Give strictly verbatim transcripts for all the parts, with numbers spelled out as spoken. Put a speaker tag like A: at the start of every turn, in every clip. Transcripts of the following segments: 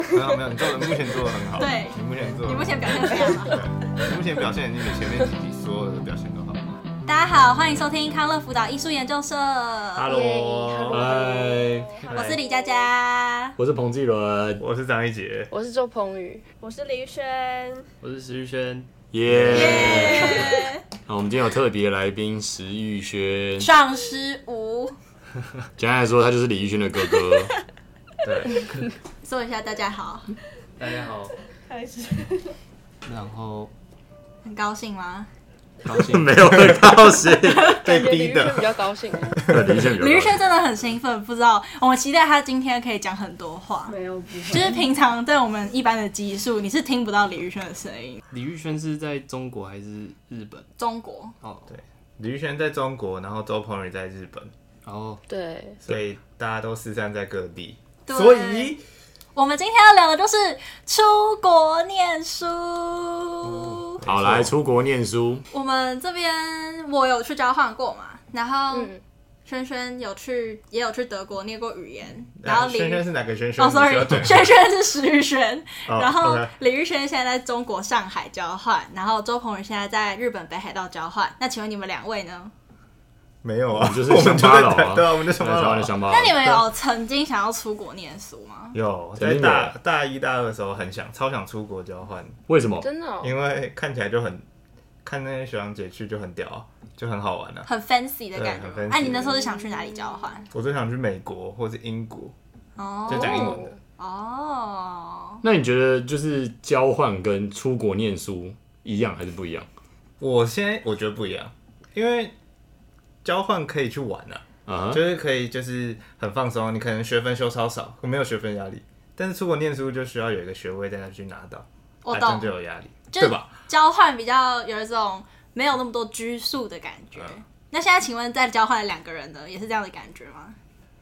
A: 没有没有，你做的目前做的很好。
B: 对，
A: 你目前做的，
B: 你目前表现非常好。
A: 你目前表现已经比前面几集所有的表现都好。
B: 大家好，欢迎收听康乐辅导艺术研究社。
A: Hello，
C: 嗨，
B: 我是李佳佳，
C: 我是彭继伦，
A: 我是张一杰，
D: 我是周鹏宇，
E: 我是李宇轩，
F: 我是石玉轩，
C: 耶、
B: 耶！
C: 那我们今天有特别来宾石玉轩，
B: 上师无。
C: 简单来说，他就是李玉轩的哥哥。
A: 对，
B: 说一下大家好，
F: 大家好。
E: 开始。
F: 然后
B: 很高兴吗？
F: 高兴
C: 没有很高兴，
A: 被逼
D: 李宇轩比
A: 的。
D: 较高兴。
C: 对李玉轩比较高兴。
B: 李宇轩真的很兴奋，不知道我们期待他今天可以讲很多话。
E: 没有，不会。
B: 就是平常在我们一般的集数，你是听不到李宇轩的声音。
F: 李玉轩是在中国还是日本？
B: 中国
F: 哦，
A: 对，李宇轩在中国，然后周鹏宇在日本，
F: 然后
D: 对，
A: 所以大家都四散在各地。
B: 对
A: 所以
B: 我们今天要聊的就是出国念书。
C: 好，来出国念书。
B: 我们这边我有去交换过嘛，然后
D: 嗯，
B: 轩轩有去，也有去德国念过语言，然后李
A: 轩轩是哪个轩轩？
B: 哦，sorry，轩轩是石宇轩，
A: 哦
B: 然后
A: OK
B: 李宇轩现在在中国上海交换，然后周鹏宇现在在日本北海道交换。那请问你们两位呢？
A: 没有啊，
C: 我们就是
A: 我们
C: 乡巴佬啊
A: 对啊，我们就乡巴佬啊。
C: 台湾的乡巴佬。
B: 那你们有曾经想要出国念书吗？
A: 有
C: 肯定有
A: 在大大一大二的时候很想，超想出国交换，
C: 为什么？
D: 真的、哦，
A: 因为看起来就很，看那些学长姐去就很屌啊，就很好玩啊。
B: 很 fancy 的感觉
A: 对很
B: 吗。
A: fancy
B: 哎、你那时候是想去哪里交换？
A: 我最想去美国或是英国，
B: 哦，
A: 就讲英文的。
B: 哦，
C: 那你觉得就是交换跟出国念书一样还是不一样？
A: 我现在我觉得不一样，因为交换可以去玩啊，
C: 啊、uh-huh.
A: 就是可以就是很放松，你可能学分修超少，没有学分压力。但是出国念书就需要有一个学位在那去拿到，
B: 我
A: 啊这样
B: 懂，
A: 就有压力，
B: 就
A: 对吧？
B: 交换比较有一种没有那么多拘束的感觉。
A: 嗯
B: 那现在请问在交换的两个人呢，也是这样的感觉吗？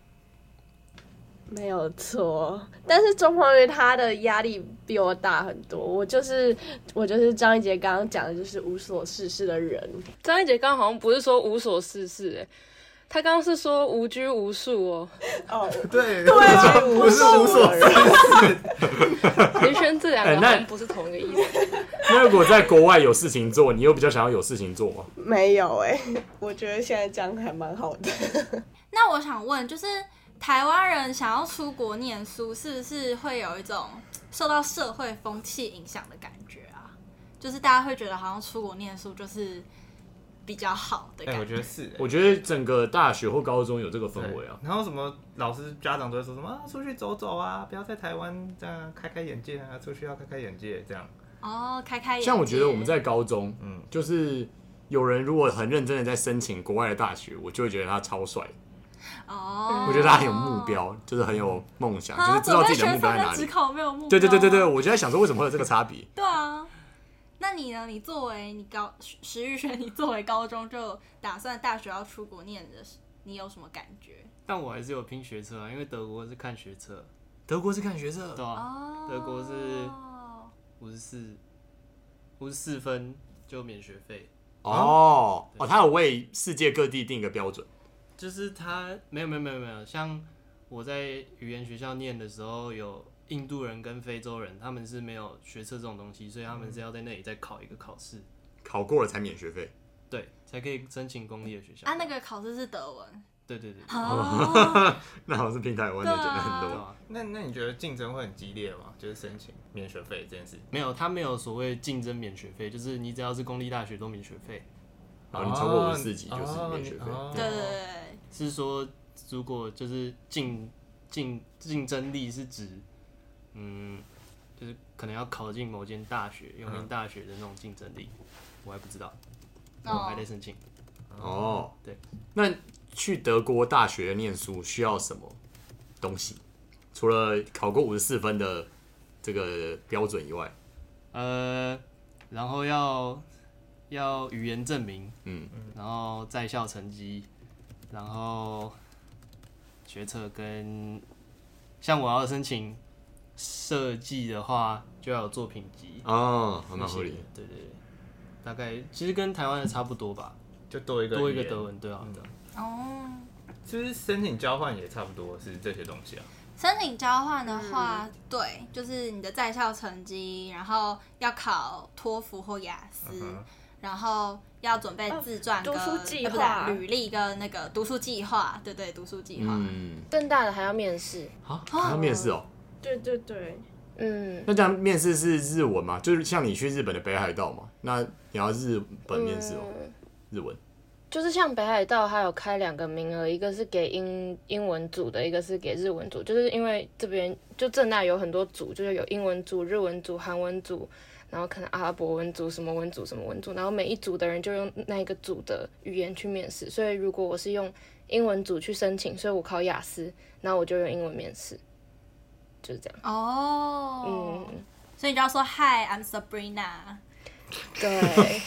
E: 没有错，但是周鹏宇他的压力比我大很多。我就是我就是张一杰刚刚讲的，就是无所事事的人。
D: 张一杰刚刚好像不是说无所事事、欸，他刚刚是说无拘无束哦。
E: 哦，
A: 对
E: 对啊，
A: 不是无所事事。
D: 李轩这两个
C: 哎那
D: 好像不是同一个意思。
C: 那如果在国外有事情做，你又比较想要有事情做吗？
E: 没有哎、我觉得现在这样还蛮好的。
B: 那我想问，就是台湾人想要出国念书，是不是会有一种受到社会风气影响的感觉啊？就是大家会觉得好像出国念书就是比较好的
A: 哎、
B: 感觉。
A: 我觉得是、欸。
C: 我觉得整个大学或高中有这个氛围啊。
A: 然后什么老师家长都会说什么、啊、出去走走啊，不要在台湾这样开开眼界啊，出去要开开眼界这样。
B: 哦，开开眼界。
C: 像我觉得我们在高中，
A: 嗯，
C: 就是有人如果很认真的在申请国外的大学，我就会觉得他超帅。
B: 哦，
C: 我觉得他很有目标，就是很有梦想，
B: 啊，
C: 就是知道自己的目标在哪里。
B: 只考没有目标。
C: 对对对对对，我就在想说为什么会有这个差别？
B: 对啊。那你呢？你作为你高石玉轩，你作为高中就打算大学要出国念的，你有什么感觉？
F: 但我还是有拼学测啊，因为德国是看学测，
C: 德国是看学测，
F: 对啊，
B: 哦，
F: 德国是五十四，五十四分就免学费。
C: 哦哦，他有为世界各地定一个标准。
F: 就是他没有没有没有没有，像我在语言学校念的时候，有印度人跟非洲人，他们是没有学测这种东西，所以他们是要在那里再考一个考试，
C: 考过了才免学费，
F: 对，才可以申请公立的学校。
B: 啊，那个考试是德文。
F: 对对对，
B: 哦，
C: 那好像是拼台湾的简单很多。
F: 对啊，
A: 那那你觉得竞争会很激烈吗？就是申请免学费这件事。
F: 没有，他没有所谓竞争免学费，就是你只要是公立大学都免学费。
C: 然后你超过五十四级就是免学费。
A: 哦
B: 对对对，
F: 是说，如果就是竞竞竞争力是指，嗯，就是可能要考进某间大学、有名大学的那种竞争力，我还不知道，我还在申请。
C: 哦，
F: 对，
C: 那去德国大学念书需要什么东西？除了考过五十四分的这个标准以外，
F: 呃，然后要要语言证明，
C: 嗯，
F: 然后在校成绩，然后学测跟像我要申请设计的话，就要有作品集
C: 哦，还蛮合理的。
F: 对对对，大概其实跟台湾的差不多吧，
A: 就多一个语言
F: 多一个德文，对啊，对啊。
B: 哦，
A: 其实申请交换也差不多是这些东西啊。
B: 申请交换的话，嗯、对，就是你的在校成绩，然后要考托福或雅思，嗯、然后要准备自传跟、
E: 哦、读书计划、
B: 呃、履历跟那个读书计划，对对，读书计划。
C: 嗯，
D: 更大的还要面试
C: 啊，还要面试哦。
E: 对对对，
D: 嗯，
C: 那这样面试是日文吗？就是像你去日本的北海道嘛，那你要日本面试哦，嗯、日文。
D: 就是像北海道，它有开两个名额，一个是给英英文组的，一个是给日文组。就是因为这边就政大有很多组，就是有英文组、日文组、韩文组，然后可能阿拉伯文组、什么文组、什么文组，然后每一组的人就用那一个组的语言去面试。所以如果我是用英文组去申请，所以我考雅思，然后我就用英文面试，就是这样。
B: 哦，
D: 嗯，
B: 所以你就要说 Hi, I'm Sabrina。
D: 对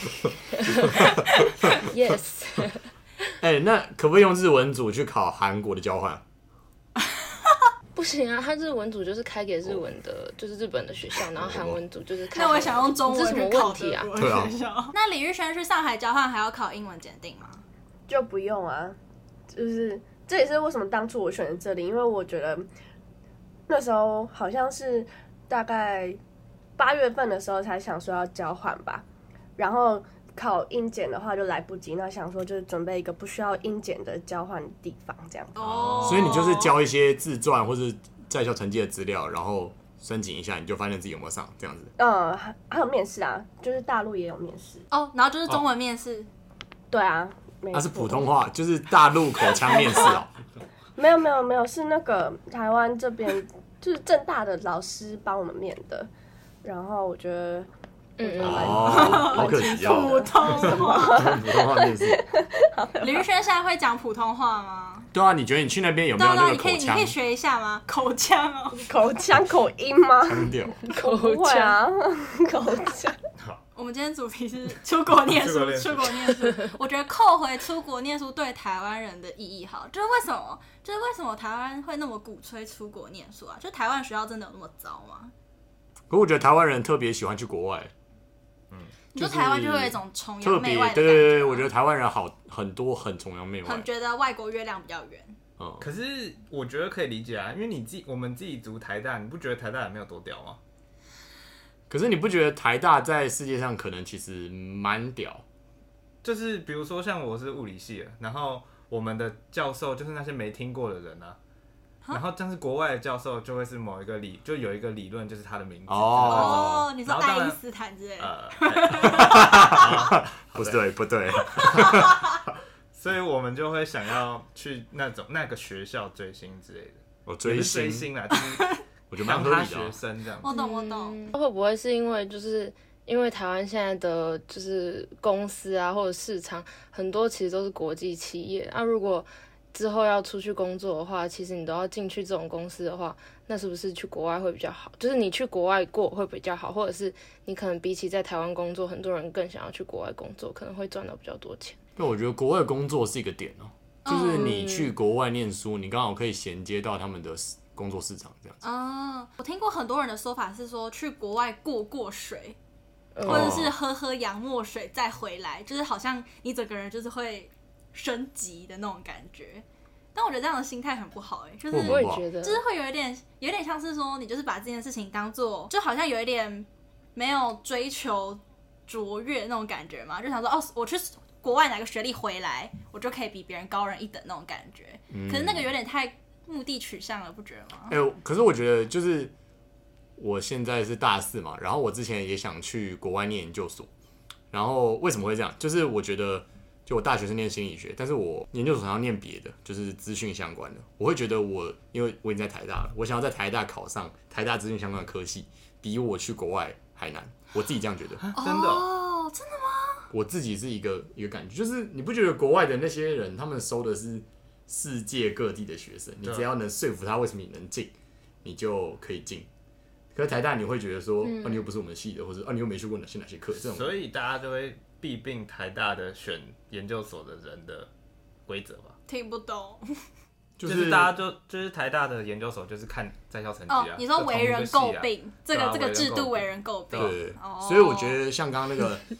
D: ，yes。
C: 哎、欸，那可不可以用日文组去考韩国的交换？
D: 不行啊，他日文组就是开给日文的， oh. 就是日本的学校，然后韩文组就是开。
B: 那我想用中文，
D: 这是什么问题啊？
C: 对啊。
B: 那李玉轩去上海交换还要考英文检定吗？
E: 就不用啊，就是这也是为什么当初我选择这里，因为我觉得那时候好像是大概。八月份的时候才想说要交换吧，然后考英检的话就来不及，那想说就是准备一个不需要英检的交换地方这样。
B: 哦，
C: 所以你就是交一些自传或是在校成绩的资料，然后申请一下，你就发现自己有没有上这样子。
E: 嗯，还有面试啊，就是大陆也有面试
B: 哦，然后就是中文面试。
E: 哦、对啊，
C: 那、啊、是普通话，就是大陆口腔面试哦。
E: 没有没有没有，是那个台湾这边就是政大的老师帮我们面的。然后我觉得，
D: 嗯
C: 哦，好可惜哦。
B: 普通话，
C: 普通话面试。
B: 李玉轩现在会讲普通话吗？
C: 对啊，你觉得你去那边有没有那个口腔？
B: 你可以，你可以学一下吗？口腔哦，
E: 口腔口音吗？
C: 腔调。
E: 口腔，口腔。
B: 我们今天主题是出国念书，出国念书。我觉得扣回出国念书对台湾人的意义好，就是为什么？就是为什么台湾会那么鼓吹出国念书啊？就台湾学校真的有那么糟吗？
C: 可我觉得台湾人特别喜欢去国外，
B: 嗯，你说台湾就会有一种崇洋媚外的感觉。
C: 对对对，我觉得台湾人好很多很崇洋媚外，
B: 很觉得外国月亮比较圆。
A: 嗯，可是我觉得可以理解啊，因为你自己我们自己读台大，你不觉得台大也没有多屌吗？
C: 可是你不觉得台大在世界上可能其实蛮屌？
A: 就是比如说像我是物理系的，然后我们的教授就是那些没听过的人啊。然后，但是国外的教授就会是某一个理，就有一个理论，就是他的名字。
B: 哦，哦你说爱因斯坦之类的。
A: 呃，
C: 不对，不对。
A: 所以我们就会想要去那种那个学校追星之类的。
C: 哦，追星，
A: 追星啦，就是
C: 我觉得蛮合理的。
A: 学生这样。
B: 我懂，我懂。
D: 会不会是因为就是因为台湾现在的就是公司啊或者市场很多其实都是国际企业啊，如果之后要出去工作的话，其实你都要进去这种公司的话，那是不是去国外会比较好？就是你去国外过会比较好，或者是你可能比起在台湾工作，很多人更想要去国外工作，可能会赚到比较多钱。
C: 对，我觉得国外工作是一个点哦、喔，就是你去国外念书，你刚好可以衔接到他们的工作市场这样子。
B: 哦，我听过很多人的说法是说，去国外过过水，或者是喝喝洋墨水再回来，就是好像你整个人就是会升级的那种感觉。但我觉得这样的心态很不好，哎、欸，就是
D: 我也觉得，
B: 就是会有一点，有点像是说，你就是把这件事情当做，就好像有一点没有追求卓越那种感觉嘛，就想说，哦，我去国外拿个学历回来，我就可以比别人高人一等那种感觉。嗯、可是那个有点太目的取向了，不觉得吗？
C: 哎、欸，可是我觉得就是我现在是大四嘛，然后我之前也想去国外念研究所，然后为什么会这样？就是我觉得。就我大学是念心理学，但是我研究所想要念别的，就是资讯相关的。我会觉得我，因为我已经在台大了，我想要在台大考上台大资讯相关的科系，比我去国外还难。我自己这样觉得。
A: 真的
B: 哦？真的吗？
C: 我自己是一个一个感觉，就是你不觉得国外的那些人，他们收的是世界各地的学生，你只要能说服他为什么你能进，你就可以进。可是台大你会觉得说，嗯、哦，你又不是我们系的，或者哦，你又没去过哪些哪些课，这种，
A: 所以大家就会弊病台大的选研究所的人的规则吧？
B: 听不懂，
A: 就是、就是大家就就是台大的研究所就是看在校成绩啊。
B: 哦，你说为人诟病，这个、
A: 啊、
B: 这个制度为人诟病，
C: 对，
B: 哦、
C: 所以我觉得像刚刚那个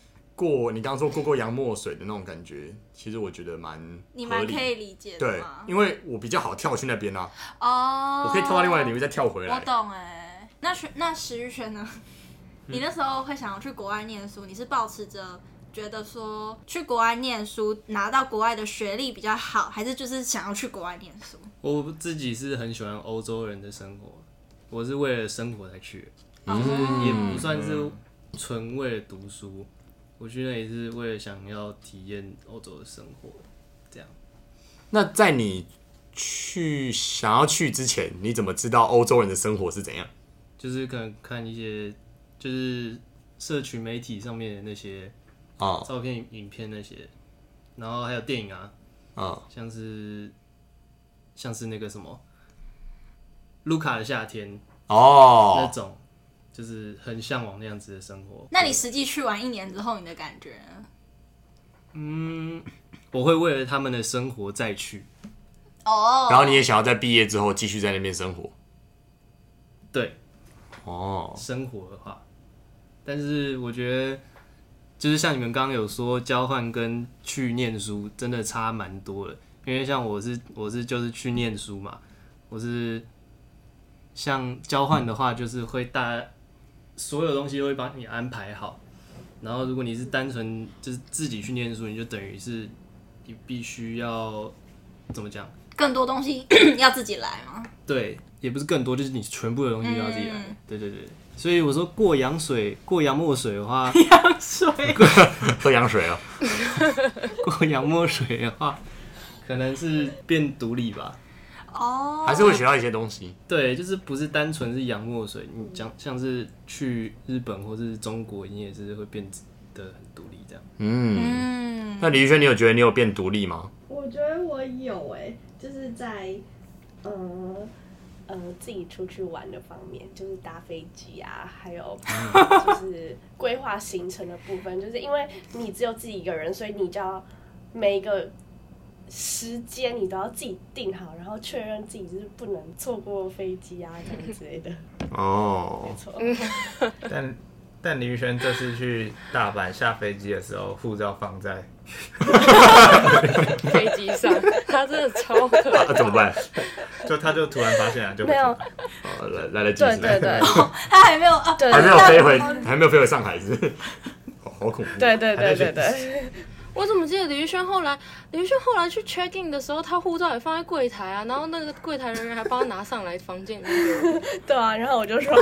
C: 过你刚刚说过过洋墨水的那种感觉，其实我觉得蛮
B: 你蛮可以理解的
C: 对，因为我比较好跳去那边啊，
B: 哦，
C: 我可以跳到另外一个领域再跳回来。
B: 我懂哎，那那石玉轩呢？你那时候会想要去国外念书，你是抱持着觉得说去国外念书拿到国外的学历比较好，还是就是想要去国外念书？
F: 我自己是很喜欢欧洲人的生活，我是为了生活才去的，
B: 哦
F: 就是也不算是纯为了读书，我去那里是为了想要体验欧洲的生活，这样。
C: 那在你去想要去之前，你怎么知道欧洲人的生活是怎样？
F: 就是可能看一些，就是社群媒体上面的那些
C: 哦
F: 照片、影片那些，然后还有电影啊，
C: 哦
F: 像是像是那个什么《卢卡的夏天》那
C: 哦，
F: 种，就是很向往那样子的生活。
B: 那你实际去完一年之后，你的感觉呢？
F: 嗯，我会为了他们的生活再去。
B: 哦，
C: 然后你也想要在毕业之后继续在那边生活。
F: 对，
C: 哦，
F: 生活的话，但是我觉得，就是像你们刚刚有说，交换跟去念书真的差蛮多的。因为像我是我是就是去念书嘛，我是像交换的话，就是会大所有东西都会帮你安排好。然后如果你是单纯就是自己去念书，你就等于是你必须要怎么讲？
B: 更多东西要自己来吗？
F: 对，也不是更多，就是你全部的东西都要自己来。
B: 嗯
F: 对对对，所以我说过洋水、过洋墨水的话，
B: 洋水
C: 喝洋水哦。
F: 过洋墨水的话，可能是变独立吧。
B: 哦，
C: 还是会学到一些东西。
F: 对，就是不是单纯是洋墨水，你讲像是去日本或是中国，你也是会变得很独立这样。
C: 嗯，
B: 嗯，
C: 那李宇轩，你有觉得你有变独立吗？
E: 我觉得我有哎、欸，就是在呃呃自己出去玩的方面，就是搭飞机啊，还有就是规划行程的部分，就是因为你只有自己一个人，所以你就要每一个时间你都要自己定好，然后确认自己就是不能错过飞机啊这样之类的。
C: 哦
E: 没，错，
A: 但但林宇轩这次去大阪下飞机的时候，护照放在
D: 飞机上，他真的超可
C: 那、
D: 怕。
C: 怎么办？
A: 就他就突然发现了，就不
E: 没有，
C: 哦来来得及是不是，
E: 对对对
B: 他还没有啊，
E: 对，
C: 还没有飞回，
E: 那
C: 还没有飞回上海是不是？好好恐怖。
E: 对对对对
A: 还在
E: 对。
D: 我怎么记得李宇轩后来，李宇轩后来去 check in 的时候，他护照也放在柜台啊，然后那个柜台人员还帮他拿上来房间里面给我。
E: 对啊，然后我就说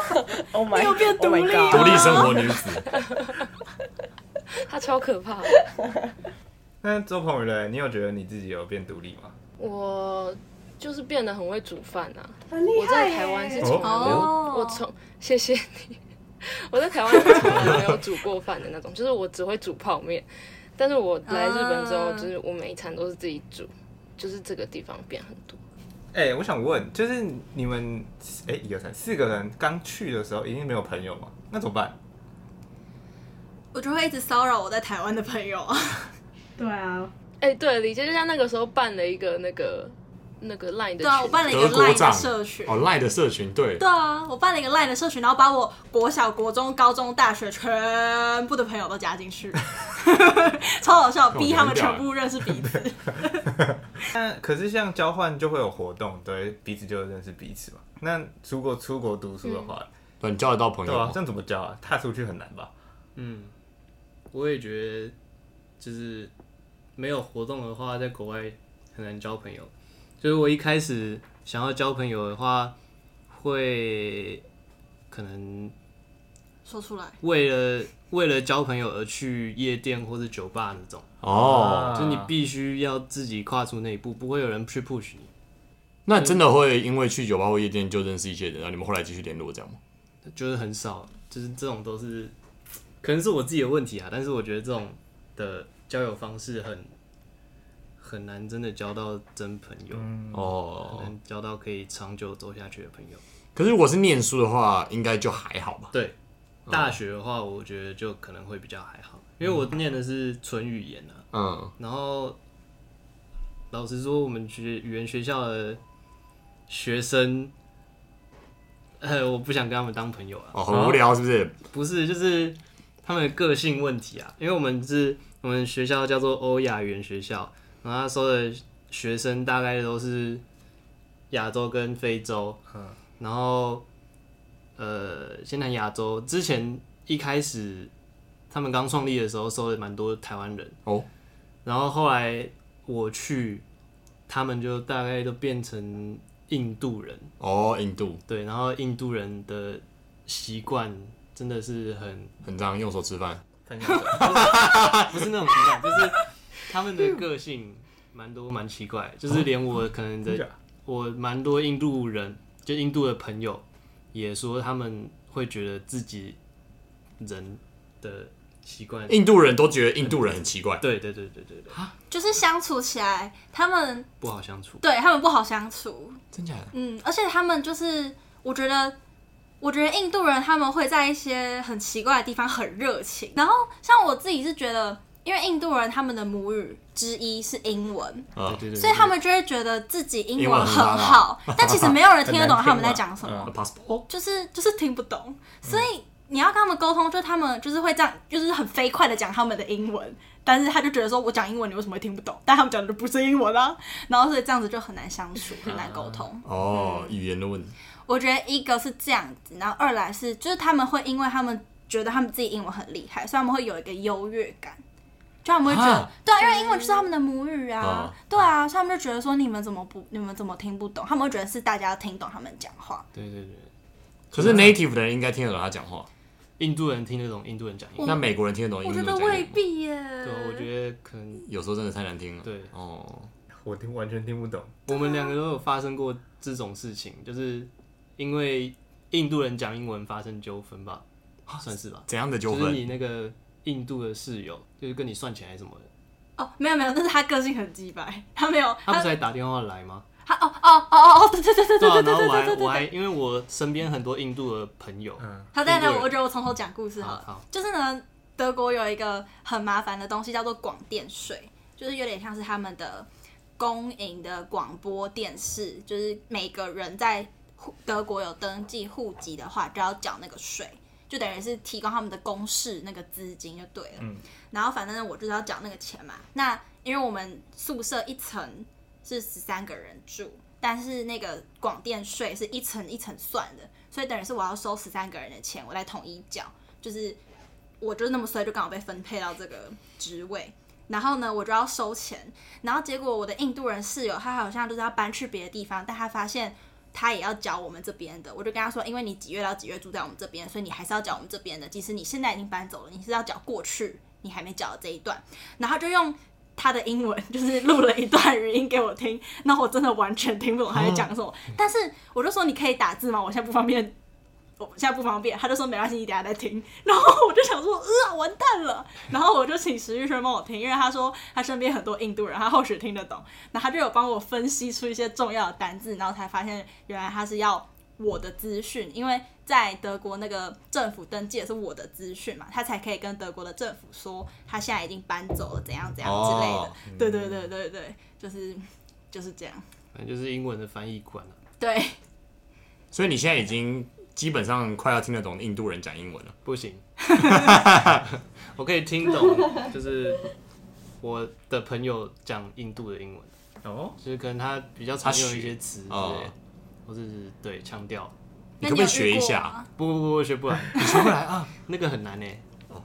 E: ，Oh my，
B: 你有变独
E: Oh my
B: 立
E: God
C: 独立生活女子。
D: 他超可怕的。
A: 那周鹏宇嘞，你有觉得你自己有变独立吗？
D: 我就是变得很会煮饭啊。
E: 很厉
D: 我在
E: 害耶
D: 台湾是从来没有，
B: 哦
D: 我从谢谢你，我在台湾是从来没有煮过饭的那种，就是我只会煮泡面。但是我来日本之后，
B: 啊
D: 就是我每一餐都是自己煮，就是这个地方变很多。
A: 哎、欸，我想问，就是你们哎，一二三四个人刚去的时候，一定没有朋友嘛？那怎么办？
B: 我就会一直骚扰我在台湾的朋友啊。
E: 对啊，
D: 哎、欸，对，李杰就像那个时候办了一个那个那个 Line 的群，
B: 对啊，我办了一个
C: 德国
B: Line
C: 账
B: 的社群。
C: 哦，Line 的社群，对。
B: 对啊，我办了一个 Line 的社群，然后把我国小、国中、高中、大学全部的朋友都加进去，超好笑，逼他们全部认识彼此。
A: 那可是像交换就会有活动，对，彼此就认识彼此嘛。那如果出国读书的话，
C: 对，你交得到朋友吗？
A: 对啊，这样怎么交啊？踏出去很难吧？
F: 嗯，我也觉得就是没有活动的话，在国外很难交朋友。就是我一开始想要交朋友的话，会可能
B: 说出来，
F: 为了为了交朋友而去夜店或是酒吧那种，
C: 哦，
F: 就你必须要自己跨出那一步，不会有人去 push 你。
C: 那真的会因为去酒吧或夜店就认识一些人，然后你们后来继续联络这样吗？
F: 就是很少，就是这种都是可能是我自己的问题啊，但是我觉得这种的交友方式很很难真的交到真朋友，
A: 嗯，
C: 哦
F: 很，难交到可以长久走下去的朋友。
C: 可是如果是念书的话，应该就还好吧？
F: 对，大学的话，我觉得就可能会比较还好，因为我念的是纯语言啊，
C: 嗯，
F: 然后老实说，我们学语言学校的学生，呃，我不想跟他们当朋友啊。
C: 哦，很无聊是不是？
F: 不是，就是他他们的个性问题啊，因为我们是我们学校叫做欧亚语言学校，然后他收的学生大概都是亚洲跟非洲，嗯，然后呃，先谈亚洲，之前一开始他们刚创立的时候收的蛮多台湾人哦，然后后来我去，他们就大概都变成印度人
C: 哦，印度
F: 对，然后印度人的习惯真的是很
C: 很脏，用手吃饭，
F: 不是那种习惯，就是他们的个性蛮多蛮奇怪，就是连我可能的我蛮多印度人，就印度的朋友也说他们会觉得自己人的习惯，
C: 印度人都觉得印度人很奇怪，
F: 对对对对对对，
B: 就是相处起来他们
F: 不好相处，
B: 对他们不好相处，
C: 真假的？
B: 嗯，而且他们就是我觉得。我觉得印度人他们会在一些很奇怪的地方很热情，然后像我自己是觉得，因为印度人他们的母语之一是英文，
C: 啊、
B: 所以他们就会觉得自己英文很好，但其实没有人听得懂他们在讲什么，
C: 嗯、
B: 就是就是听不懂，所以你要跟他们沟通，就他们就是会这样，就是很飞快的讲他们的英文，但是他就觉得说我讲英文你为什么会听不懂？但他们讲的不是英文啊，然后所以这样子就很难相处，很难沟通。
C: 哦，语言的问题。
B: 我觉得一个是这样子，然后二来是就是他们会因为他们觉得他们自己英文很厉害，所以他们会有一个优越感，就他们会觉得对啊，因为英文就是他们的母语啊，啊对啊，所以他们就觉得说你们怎么不你们怎么听不懂？他们会觉得是大家听懂他们讲话。
F: 对对对。
C: 可是 native 的人应该听得懂他讲话，
F: 印度人听得懂印度人讲英文，
C: 那美国人听得懂印度人讲英文？
B: 我觉得未必耶。
F: 对，我觉得可能
C: 有时候真的太难听了。
F: 对
C: 哦，
A: 我听完全听不懂。
F: 我们两个都有发生过这种事情，就是因为印度人讲英文发生纠纷吧，算是吧？
C: 怎样的纠纷？
F: 就是你那个印度的室友，就是跟你算钱还是什么的。
B: 哦，没有没有，但是他个性很鸡掰，他没有。
F: 他不是还打电话来吗？
B: 他哦哦哦哦，对对对对对对对对
F: 对。然后我还
B: 对对
F: 我还因为我身边很多印度的朋友，
B: 嗯，好，等等，我觉得我从头讲故事好了。
F: 好，
B: 就是呢，德国有一个很麻烦的东西叫做广电税，就是有点像是他们的公营的广播电视，就是每个人在德国有登记户籍的话，就要缴那个税，就等于是提供他们的公事那个资金就对了。嗯，然后反正我就是要缴那个钱嘛。那因为我们宿舍一层是十三个人住，但是那个广电税是一层一层算的，所以等于是我要收十三个人的钱，我来统一缴。就是我就那么衰，就刚好被分配到这个职位。然后呢，我就要收钱。然后结果我的印度人室友他好像就是要搬去别的地方，但他发现他也要缴我们这边的，我就跟他说，因为你几月到几月住在我们这边，所以你还是要缴我们这边的。即使你现在已经搬走了，你是要缴过去你还没缴的这一段。然后他就用他的英文就是录了一段语音给我听，那我真的完全听不懂他在讲什么。但是我就说你可以打字吗？我现在不方便。我现在不方便，他就说没关系，你等一下再听。然后我就想说，呃，完蛋了。然后我就请石玉轩帮我听，因为他说他身边很多印度人，他或许听得懂。然后他就有帮我分析出一些重要的单字，然后才发现原来他是要我的资讯，因为在德国那个政府登记的是我的资讯嘛，他才可以跟德国的政府说他现在已经搬走了，怎样怎样之类的。哦、对对对对对，就是就是这样。
F: 反正就是英文的翻译官了、啊。
B: 对。
C: 所以你现在已经基本上快要听得懂印度人讲英文了。
F: 不行，我可以听懂，就是我的朋友讲印度的英文，哦，就是可能他比较常用一些词之类的，哦、或是对腔调。
C: 你可不可以学一下？
F: 不不不，我学不来，
C: 你学不来啊？
F: 那个很难哎。哦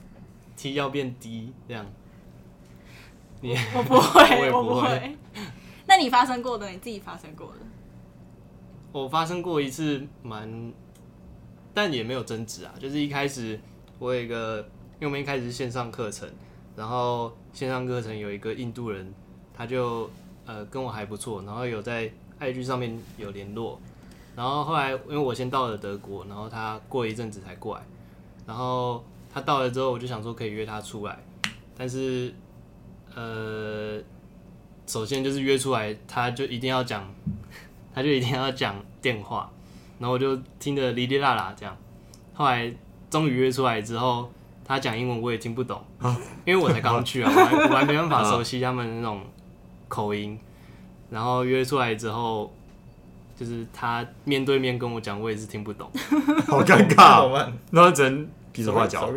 F: ，T 要变 D 这样。你
B: 我不会，
F: 我也不会。
B: 我不会。那你发生过的，你自己发生过的？
F: 我发生过一次蛮，但也没有争执啊。就是一开始我有一个，因为我们一开始是线上课程，然后线上课程有一个印度人，他就呃跟我还不错，然后有在 I G 上面有联络，然后后来因为我先到了德国，然后他过一阵子才过来，然后他到了之后，我就想说可以约他出来，但是呃，首先就是约出来，他就一定要讲。他就一定要讲电话，然后我就听得哩哩啦啦这样。后来终于约出来之后，他讲英文我也听不懂，因为我才刚去啊，我还我还没办法熟悉他们那种口音。然后约出来之后，就是他面对面跟我讲，我也是听不懂，
C: 好尴尬。那只能比手画脚。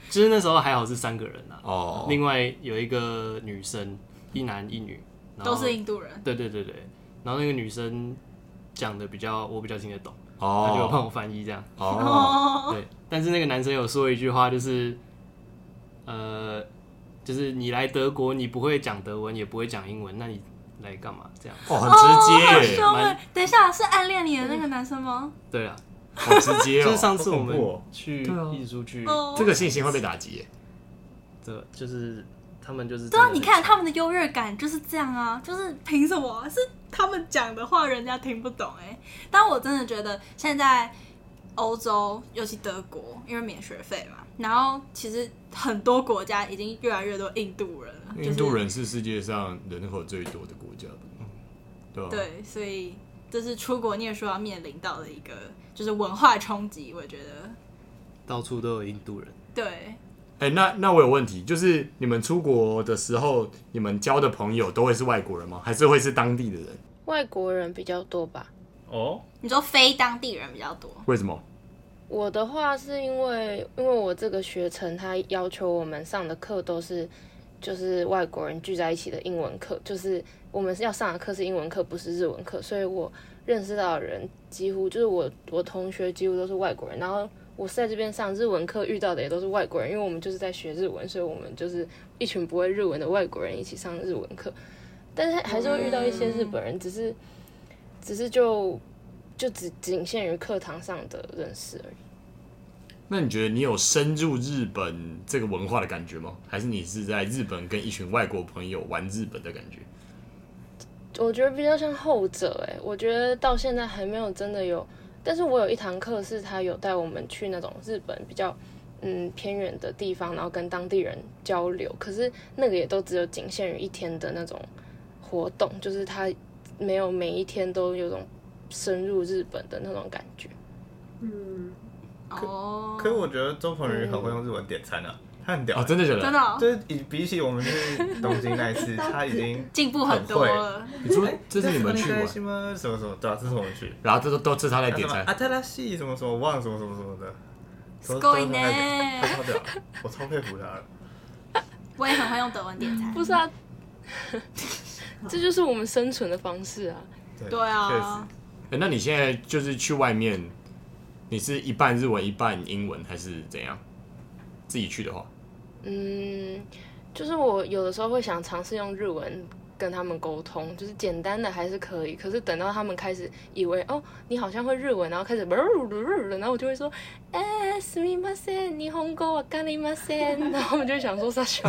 F: 就是那时候还好是三个人啊，
C: 哦，
F: 另外有一个女生，一男一女，然后
B: 都是印度人。
F: 对对对对，然后那个女生讲的比较我比较听得懂，她就有帮
C: 哦
F: 我翻译这样。
C: 哦，
B: 哦，
F: 对，但是那个男生有说一句话，就是呃，就是你来德国，你不会讲德文，也不会讲英文，那你来干嘛？这样。
C: 哦，很直接，
B: 凶
F: 蛮
B: 哎！等一下，是暗恋你的那个男生吗？
F: 对啊，
C: 好直接
F: 就是
C: 哦，
F: 上次我们
A: 好恐怖哦
F: 去
C: 对啊
F: 一起出去，
B: 哦，
C: 这个信心会被打击耶。
F: 这就是他们就是
B: 对啊，
F: 真的很
B: 你看
F: 强
B: 他们的优越感就是这样啊，就是凭什么啊？是他们讲的话人家听不懂哎、但我真的觉得现在欧洲，尤其德国，因为免学费嘛，然后其实很多国家已经越来越多印度人了，
C: 印度人是世界上人口最多的国家吧？对吧？
B: 对，所以这是出国念书要面临到的一个就是文化冲击，我觉得
F: 到处都有印度人。
B: 对。
C: 哎、那那我有问题，就是你们出国的时候，你们交的朋友都会是外国人吗？还是会是当地的人？
D: 外国人比较多吧。
A: 哦，
B: 你说非当地人比较多，
C: 为什么？
D: 我的话是因为，因为我这个学程，他要求我们上的课都是就是外国人聚在一起的英文课，就是我们是要上的课是英文课，不是日文课，所以我认识到的人几乎就是我我同学几乎都是外国人，然后我是在这边上日文课遇到的也都是外国人，因为我们就是在学日文，所以我们就是一群不会日文的外国人一起上日文课，但是还是会遇到一些日本人，只是只是就就只仅限于课堂上的认识而已。
C: 那你觉得你有深入日本这个文化的感觉吗？还是你是在日本跟一群外国朋友玩日本的感觉？
D: 我觉得比较像后者，哎，我觉得到现在还没有真的有，但是我有一堂课是他有带我们去那种日本比较嗯偏远的地方，然后跟当地人交流，可是那个也都只有仅限于一天的那种活动，就是他没有每一天都有种深入日本的那种感觉。
E: 嗯，
B: 哦，
A: 可是我觉得周鹏宇很会用日文点餐啊，他很屌、
C: 哦，真的假的？
B: 真的、哦、
A: 就是以比起我们去东京那一次，他已经
B: 进步很多了。
C: 你说这是你们去玩，
A: 玩吗？什么什么？对啊，这是我们去。
C: 然后这都都是他在点餐。
A: 啊，他拉西什么什么，我忘了什么什么什么的。
B: すごいね
A: 他超屌，我超佩服他了。
B: 我也很会用德文点餐。
D: 不是啊，这就是我们生存的方式啊。
B: 对啊，
A: 确实。
C: 欸、那你现在就是去外面，你是一半日文一半英文，还是怎样？自己去的话，
D: 嗯，就是我有的时候会想尝试用日文跟他们沟通，就是简单的还是可以。可是等到他们开始以为哦，你好像会日文，然后开始，然后我就会说，哎、欸，すみません、日本語わかりません。然后我们就想说傻小。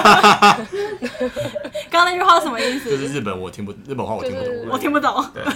B: 刚刚那句话什么意思？
C: 就是日本我听不日本话我听不懂，
D: 就是
B: 我听不懂。
D: 对。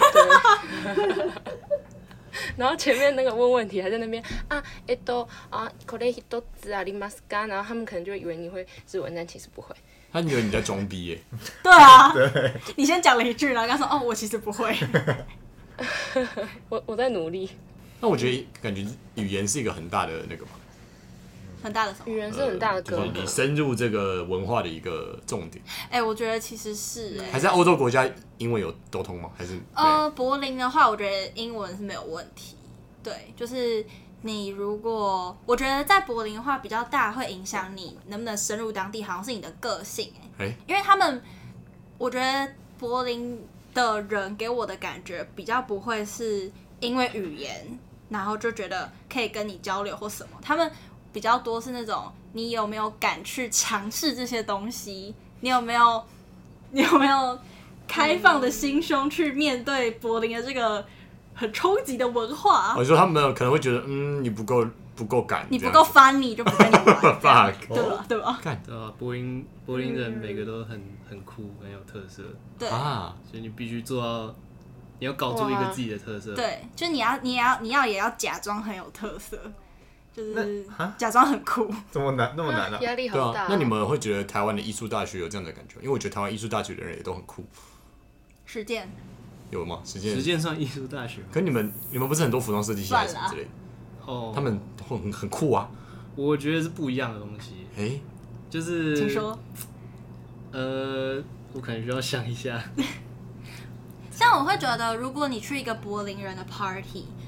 D: 然后前面那个问问题还在那边啊，えっと啊，これ一つありますか？然后他们可能就会以为你会日文，但其实不会。
C: 他以为你在装逼耶。
B: 对啊，对，你先讲了一句，然后跟他说哦，我其实不会。
D: 我我在努力。
C: 那我觉得感觉语言是一个很大的那个嘛，
B: 很大的什么？
D: 语言是很大的隔阂、
C: 呃就是你深入这个文化的一个重点。
B: 哎、欸，我觉得其实是哎、欸，
C: 还是在欧洲国家英文有沟通吗？还是
B: 呃，柏林的话，我觉得英文是没有问题。对，就是你如果我觉得在柏林的话，比较大会影响你能不能深入当地，好像是你的个性哎、
C: 欸，
B: 因为他们，我觉得柏林的人给我的感觉比较不会是因为语言，然后就觉得可以跟你交流或什么，他们比较多是那种你有没有敢去尝试这些东西，你有没有你有没有开放的心胸去面对柏林的这个很冲击的文化。
C: 我说他们可能会觉得，嗯，你不够不够敢，
B: 你不够 funny 就不跟你玩
C: ，fuck，
B: 对吧？对吧？
F: 对啊，柏林柏林人每个都很很酷，很有特色。
B: 对
C: 啊，
F: 所以你必须做到，你要搞出一个自己的特色。
B: 对，就你要你要你要也要假装很有特色，就是
A: 那
B: 假装很酷。
A: 这么难，那么难啊！
D: 压力
C: 对
D: 好大、
C: 啊。那你们会觉得台湾的艺术大学有这样的感觉？因为我觉得台湾艺术大学的人也都很酷。
B: 实践
C: 有吗？实践
F: 实践上艺术大学。
C: 可你们你们不是很多服装设计系还是什么之类的？
F: 哦，
C: 他们很很酷啊。
F: 我觉得是不一样的东西。
C: 哎、欸，
F: 就是
B: 请说。
F: 呃，我可能需要想一下。
B: 像我会觉得，如果你去一个柏林人的 party，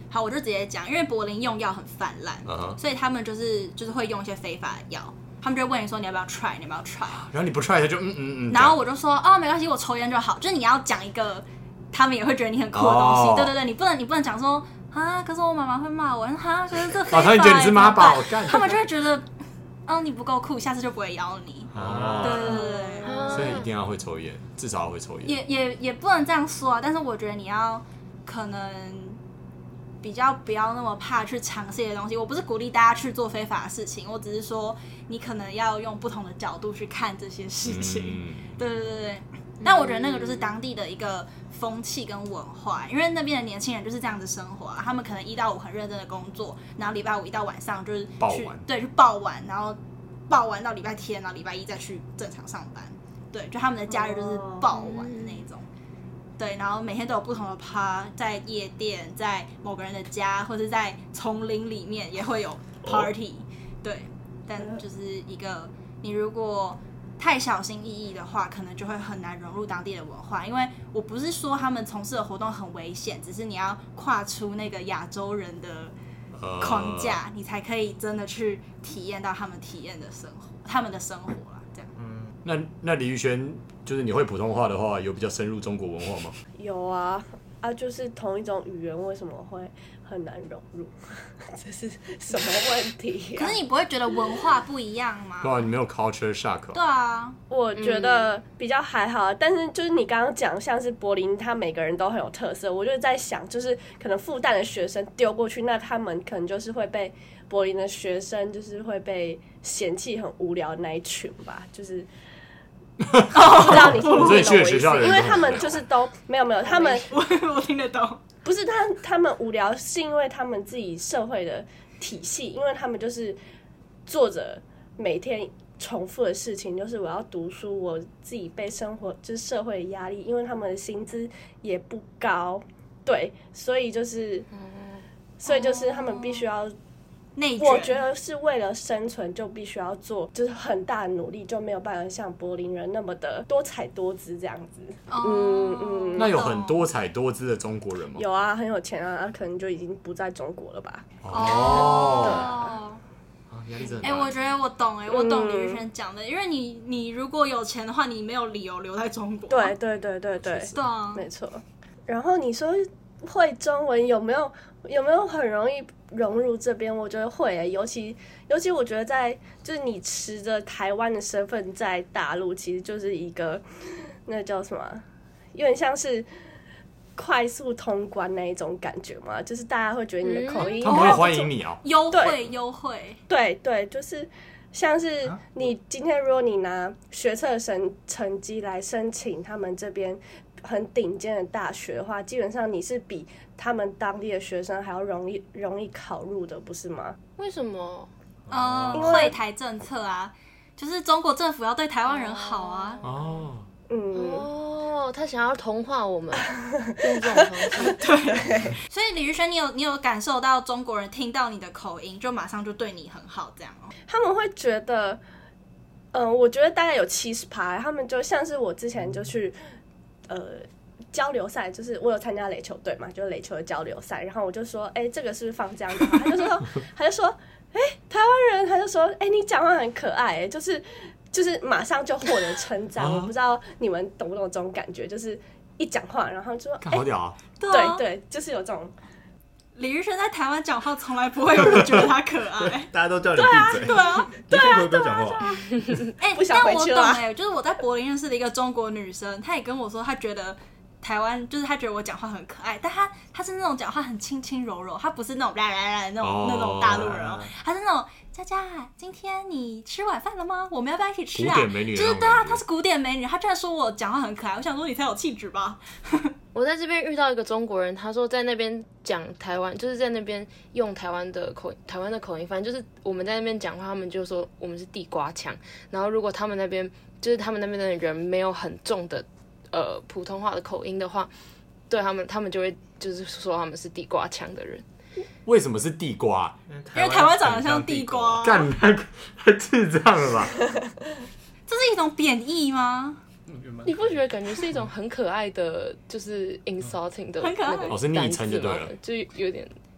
B: 好，我就直接讲，因为柏林用药很泛滥，
C: uh-huh.
B: 所以他们就是就是会用一些非法的药，他们就会问你说你要不要 try， 你要不要 try，
C: 然后你不 try 他就嗯嗯嗯，
B: 然后我就说哦没关系，我抽烟就好，就是你要讲一个他们也会觉得你很酷的东西，
C: oh.
B: 对对对，你不能你不能讲说啊，可是我妈妈会骂我，哈，可是这非法、
C: 哦，他们觉得你是妈宝，
B: 他们就会觉得哦你不够酷，下次就不会邀你，
C: 哦，
B: 对对对对，
C: 所以一定要会抽烟，至少要会抽烟，
B: 也也也不能这样说啊，但是我觉得你要可能比较不要那么怕去尝试一些东西。我不是鼓励大家去做非法的事情，我只是说你可能要用不同的角度去看这些事情。嗯、对对对对。但我觉得那个就是当地的一个风气跟文化，因为那边的年轻人就是这样子生活啊。他们可能一到五很认真的工作，然后礼拜五一到晚上就是去
C: 爆玩，
B: 对，去爆玩，然后爆玩到礼拜天，然后礼拜一再去正常上班。对，就他们的假日就是爆玩的那种。对，然后每天都有不同的趴，在夜店，在某个人的家，或者在丛林里面也会有 party、哦。对，但就是一个你如果太小心翼翼的话，可能就会很难融入当地的文化。因为我不是说他们从事的活动很危险，只是你要跨出那个亚洲人的框架，呃、你才可以真的去体验到他们体验的生活，他们的生活啦。这样。
C: 嗯，那那李宇轩。就是你会普通话的话，有比较深入中国文化吗？
E: 有啊，啊，就是同一种语言，为什么会很难融入？这是什么问题、啊？
B: 可是你不会觉得文化不一样吗？
C: 对啊，你没有 culture shock。
B: 对啊，
E: 我觉得比较还好，但是就是你刚刚讲，像是柏林，他每个人都很有特色，我就在想，就是可能复旦的学生丢过去，那他们可能就是会被柏林的学生就是会被嫌弃很无聊的那一群吧，就是。不知道你听不听懂我意思？因为他们就是都没有没有，他们
B: 我我听得懂。
E: 不是他他们无聊，是因为他们自己社会的体系，因为他们就是做着每天重复的事情，就是我要读书，我自己被生活就是社会的压力，因为他们的薪资也不高，对，所以就是所以就是他们必须要。我觉得是为了生存就必须要做就是很大的努力，就没有办法像柏林人那么的多彩多姿这样子。
B: 哦、
E: 嗯嗯。
C: 那有很多彩多姿的中国人吗？
E: 有啊，很有钱啊，他可能就已经不在中国了吧。
B: 哦。
E: 对。
C: 啊，压力真的很大。
B: 哎、欸，我觉得我懂哎、欸，我懂李宇轩讲的，因为你你如果有钱的话，你没有理由留在中国。
E: 对对对对对。
B: 对啊，
E: 没错。然后你说会中文有没有有没有很容易？融入这边，我觉得会、欸，尤其尤其我觉得在就是你持着台湾的身份在大陆，其实就是一个那叫什么，有点像是快速通关那一种感觉嘛，就是大家会觉得你的口音，
C: 嗯、他们会欢迎你哦，
B: 优惠优惠，
E: 对对，就是像是你今天如果你拿学测成成绩来申请他们这边很顶尖的大学的话，基本上你是比他们当地的学生还要容易容易考入的，不是吗？
D: 为什么？
B: 嗯，惠台政策啊，就是中国政府要对台湾人好啊。
C: 哦，
E: 嗯，
D: 哦，他想要同化我们，用这种方式。
B: 对。所以李宇轩，你有你有感受到中国人听到你的口音，就马上就对你很好，这样哦？
E: 他们会觉得，嗯、呃，我觉得大概有七十趴，他们就像是我之前就去，呃。交流赛就是我有参加垒球队嘛，就是垒球的交流赛，然后我就说，哎、欸，这个是不是放这样的话？他就说，他就说，哎、欸，台湾人，他就说，哎、欸，你讲话很可爱、欸，就是就是马上就获得称赞。我不知道你们懂不懂这种感觉，就是一讲话，然后就说，
C: 看好屌啊！
B: 对
E: 对对，就是有这种。
B: 李宇轩在台湾讲话，从来不会有人觉得他可爱，
A: 大家都叫你闭嘴。
B: 对啊，
A: 对啊，不要讲话。
B: 哎，但我懂哎、欸，就是我在柏林认识的一个中国女生，她也跟我说，她觉得。台湾就是他觉得我讲话很可爱，但他他是那种讲话很轻轻柔柔，他不是那种啦啦啦的那种、oh, 那种大陆人哦，他是那种佳佳，今天你吃晚饭了吗？我们要不要一起吃啊？
C: 古典美女，
B: 就是对啊，她是古典美女，她居然说我讲话很可爱，我想说你才有气质吧。
D: 我在这边遇到一个中国人，他说在那边讲台湾，就是在那边用台湾的口台湾的口音，反正就是我们在那边讲话，他们就说我们是地瓜腔，然后如果他们那边就是他们那边的人没有很重的。呃，普通话的口音的话，对他们，他们就会就是说他们是地瓜腔的人。
C: 为什么是地瓜？
B: 因为台湾长得像地瓜。
C: 干，太太智障了吧？
B: 这是一种贬义吗？
D: 你不觉得感觉是一种很可爱的，就是 insulting 的
B: 很可爱
D: 那个
C: 哦，是昵称就对了，
D: 就有点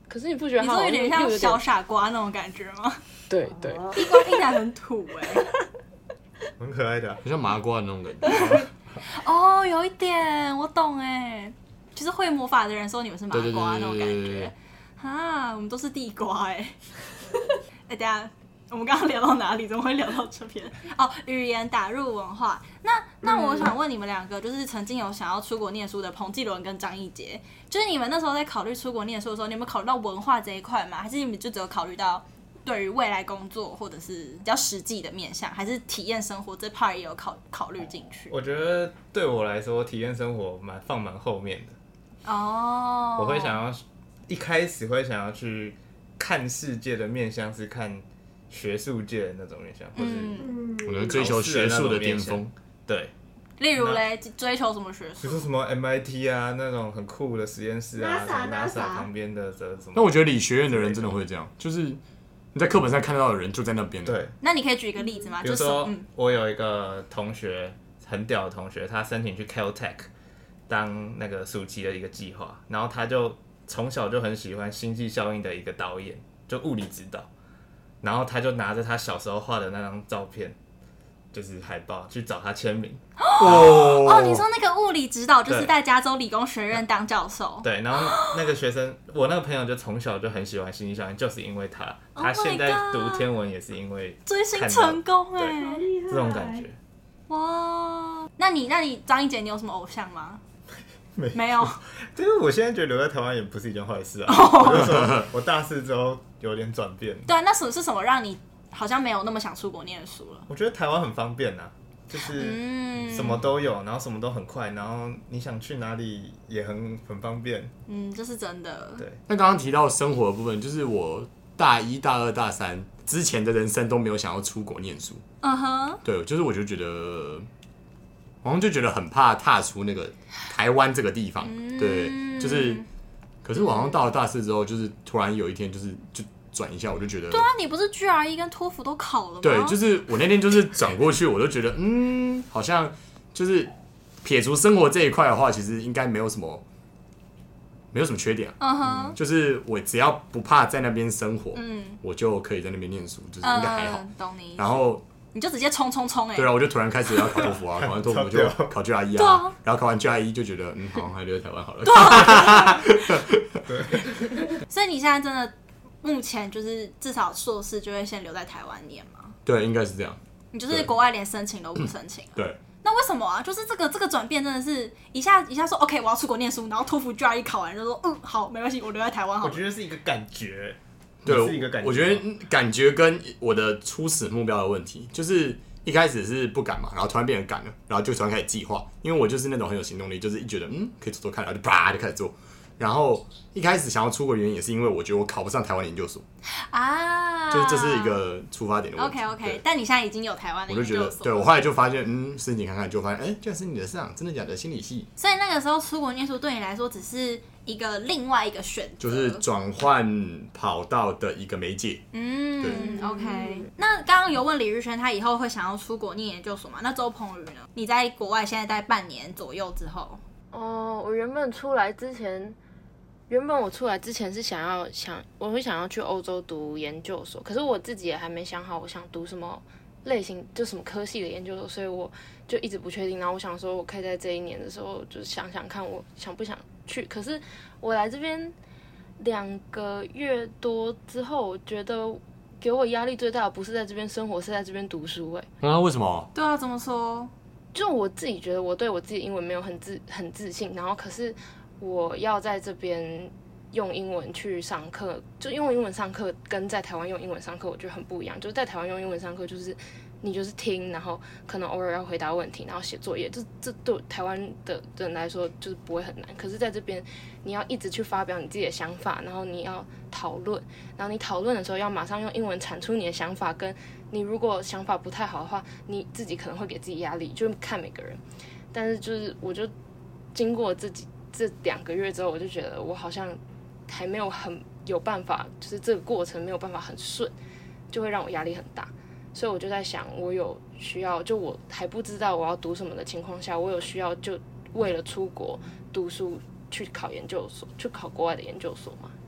D: 可是你不觉得
B: 你
D: 他好
B: 说有点像
D: 又有
B: 小傻瓜那种感觉吗？
D: 对对，
B: 地瓜听起来很土哎、
A: 很可爱的啊、
C: 很像麻瓜的那种感觉。
B: 哦，有一点我懂哎，就是会魔法的人说你们是麻
C: 对对对
B: 瓜那种感
C: 对对对
B: 觉。啊，我们都是地瓜哎。哎、等一下，我们刚刚聊到哪里？怎么会聊到这边？哦，语言打入文化。那那我想问你们两个，就是曾经有想要出国念书的彭继伦跟张艺杰，就是你们那时候在考虑出国念书的时候，你们考虑到文化这一块吗？还是你们就只有考虑到对于未来工作或者是比较实际的面向，还是体验生活这 part 也有考考虑进去？
A: 我觉得对我来说，体验生活蛮放蛮后面的。
B: 哦，
A: 我会想要一开始会想要去看世界的面向是看学术界的那种面向，或是
B: 嗯，
C: 我能追求学术的巅峰。
A: 对，
B: 例如嘞，追求什么学术？
A: 比如说什么 M I T 啊那种很酷的实验室啊
E: NASA
A: 什么 NASA
E: NASA
A: 旁边的这什么。
C: 但我觉得理学院的人真的会这样，就是你在课本上看到的人就在那边。
A: 对，
B: 那你可以举一个例子吗？就是
A: 比如说
B: 嗯，
A: 我有一个同学很屌的同学，他申请去 Caltech 当那个暑期的一个计划，然后他就从小就很喜欢星际效应的一个导演，就物理指导，然后他就拿着他小时候画的那张照片，就是海报去找他签名。
C: 哦
B: 哦，你说那个物理指导就是
A: 对
B: 在加州理工学院当教授，
A: 对，然后那个学生，我那个朋友就从小就很喜欢星际效应，就是因为他，
B: Oh
A: 他
B: my
A: 现在
B: God
A: 读天文也是因为
B: 追星
A: 看到
B: 成功哎、
A: 对
E: 好厉害，
A: 这种感觉。
B: 哇！那你那你张一杰，你有什么偶像吗？
A: 没
B: 没有。
A: 但是我现在觉得留在台湾也不是一件坏事啊。
B: 哦
A: 我就说我大四之后有点转变，
B: 对啊，那什是什么让你好像没有那么想出国念书了？
A: 我觉得台湾很方便啊，就是
B: 嗯，
A: 什么都有，然后什么都很快，然后你想去哪里也很很方便。
B: 嗯，这是真的。
A: 对，
C: 那刚刚提到生活的部分，就是我大一、大二、大三之前的人生都没有想要出国念书。
B: 嗯哼，
C: 对，就是我就觉得，好像就觉得很怕踏出那个台湾这个地方。
B: 嗯
C: 对，就是，可是我好像到了大四之后，就是突然有一天，就是就转一下，我就觉得，
B: 对啊，你不是 G R E 跟托福都考了吗？
C: 对，就是我那天就是转过去，我就觉得，嗯，好像就是撇除生活这一块的话，其实应该没有什么，没有什么缺点、啊。
B: 嗯哼，
C: 就是我只要不怕在那边生活，
B: 嗯，
C: 我就可以在那边念书，就是应该还好。
B: 嗯，懂你。
C: 然后，
B: 你就直接冲冲冲哎！
C: 对啊，我就突然开始要考托福啊，考完托福就
A: 超屌
C: 考 G R E
B: 对
C: 啊
B: 啊，
C: 然后考完 G R E 就觉得，嗯，好像还留在台湾好了。
B: 所以你现在真的目前就是至少硕士就会先留在台湾念吗？
C: 对，应该是这样。
B: 你就是国外连申请都不申请、啊？
C: 对，
B: 那为什么啊？就是这个这个转变真的是一下一下说 OK 我要出国念书，然后托福 G R E 考完就说嗯好没关系，我留在台湾好了。
A: 我觉得是一个感觉，
C: 对，
A: 是一个感觉。
C: 我觉得感觉跟我的初始目标的问题，就是一开始是不敢嘛，然后突然变成敢了，然后就突然开始计划。因为我就是那种很有行动力，就是一觉得嗯可以做做看，然后就啪就开始做。然后一开始想要出国的原因也是因为我觉得我考不上台湾研究所，
B: 啊，
C: 就是这是一个出发点的问题。
B: OK OK，
C: 对
B: 但你现在已经有台湾的
C: 我就觉得，
B: 研究所，
C: 对我后来就发现，嗯，申请看看，就发现，哎、居然是你的上，真的假的？心理系
B: 所以那个时候出国念书对你来说只是一个另外一个选择，
C: 就是转换跑道的一个媒介。
B: 嗯
C: 对
B: ，OK。那刚刚有问李日轩，他以后会想要出国念研究所吗？那周鹏宇呢？你在国外现在待半年左右之后，
D: 哦，我原本出来之前，原本我出来之前是想要想，我会想要去欧洲读研究所，可是我自己也还没想好我想读什么类型，就什么科系的研究所，所以我就一直不确定。然后我想说，我可以在这一年的时候，就想想看我想不想去。可是我来这边两个月多之后，我觉得给我压力最大的不是在这边生活，是在这边读书、欸。哎，
C: 啊？为什么？
B: 对啊，怎么说？
D: 就我自己觉得我对我自己英文没有很自很自信，然后可是我要在这边用英文去上课，就用英文上课跟在台湾用英文上课我觉得很不一样。就是在台湾用英文上课，就是你就是听，然后可能偶尔要回答问题，然后写作业，这这对台湾的人来说就是不会很难。可是在这边你要一直去发表你自己的想法，然后你要讨论，然后你讨论的时候要马上用英文产出你的想法，跟你如果想法不太好的话，你自己可能会给自己压力，就看每个人。但是就是我就经过这几这两个月之后，我就觉得我好像还没有很有办法，就是这个过程没有办法很顺，就会让我压力很大。所以我就在想，我有需要，就我还不知道我要读什么的情况下，我有需要就为了出国读书去考研究所，去考国外的研究所吗？